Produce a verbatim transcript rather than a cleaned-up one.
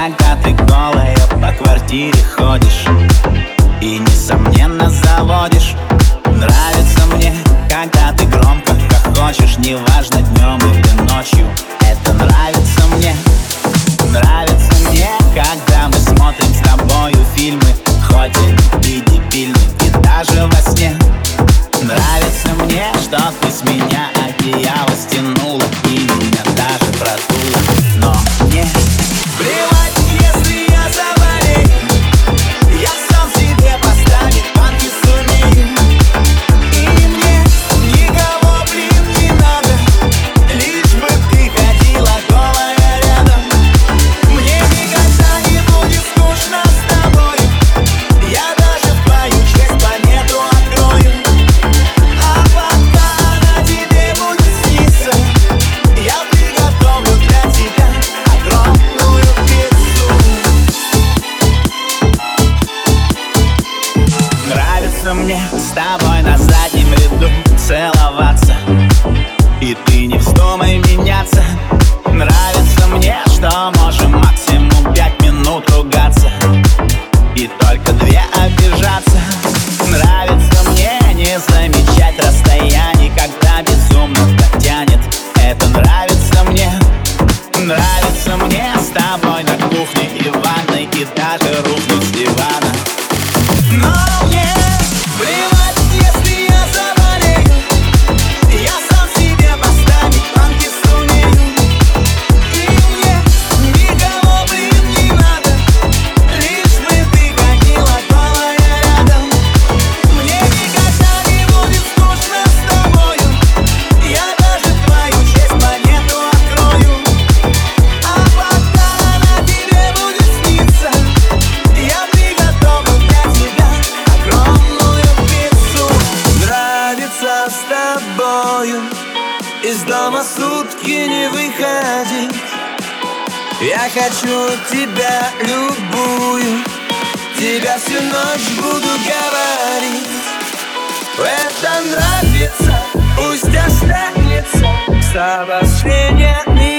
когда ты голая по квартире ходишь и, несомненно, заводишь. Нравится мне, когда ты громко хохочешь, неважно, днем или ночью. Это нравится мне. Нравится мне, когда мы смотрим с тобою фильмы, хоть и дебильны, и даже во сне. Нравится мне, что ты с меня одеяло стянула и меня даже продула. Но мне плевать, если я заболею, я сам себе поставить банки сумею. И мне никого, блин, не надо, лишь бы ты ходила голая рядом. Мне никогда не будет скучно с тобой, я даже в твою честь планету открою. А пока она тебе будет сниться, я приготовлю для тебя огромную пиццу. Нравится мне с тобой на заднем ряду целоваться, и ты не вздумай меняться. Нравится мне, что можем максимум пять минут ругаться и только две обижаться. Нравится мне не замечать расстояние, когда безумно так тянет. Это нравится мне. Нравится мне с тобой на кухне и ванной, и даже рухнуть с дивана. Но мне плевать, если я заболею, я сам себе поставить планки сумею. И мне никого, блин, не надо, лишь бы ты ходила голая рядом. Мне никогда не будет скучно с тобою, я даже в твою честь планету открою. А пока она тебе будет сниться, я приготовлю для тебя огромную пиццу. Нравится с тобою из дома сутки не выходить. Я хочу тебя любую, тебя всю ночь буду говорить. Это нравится, пусть останется с обострениями.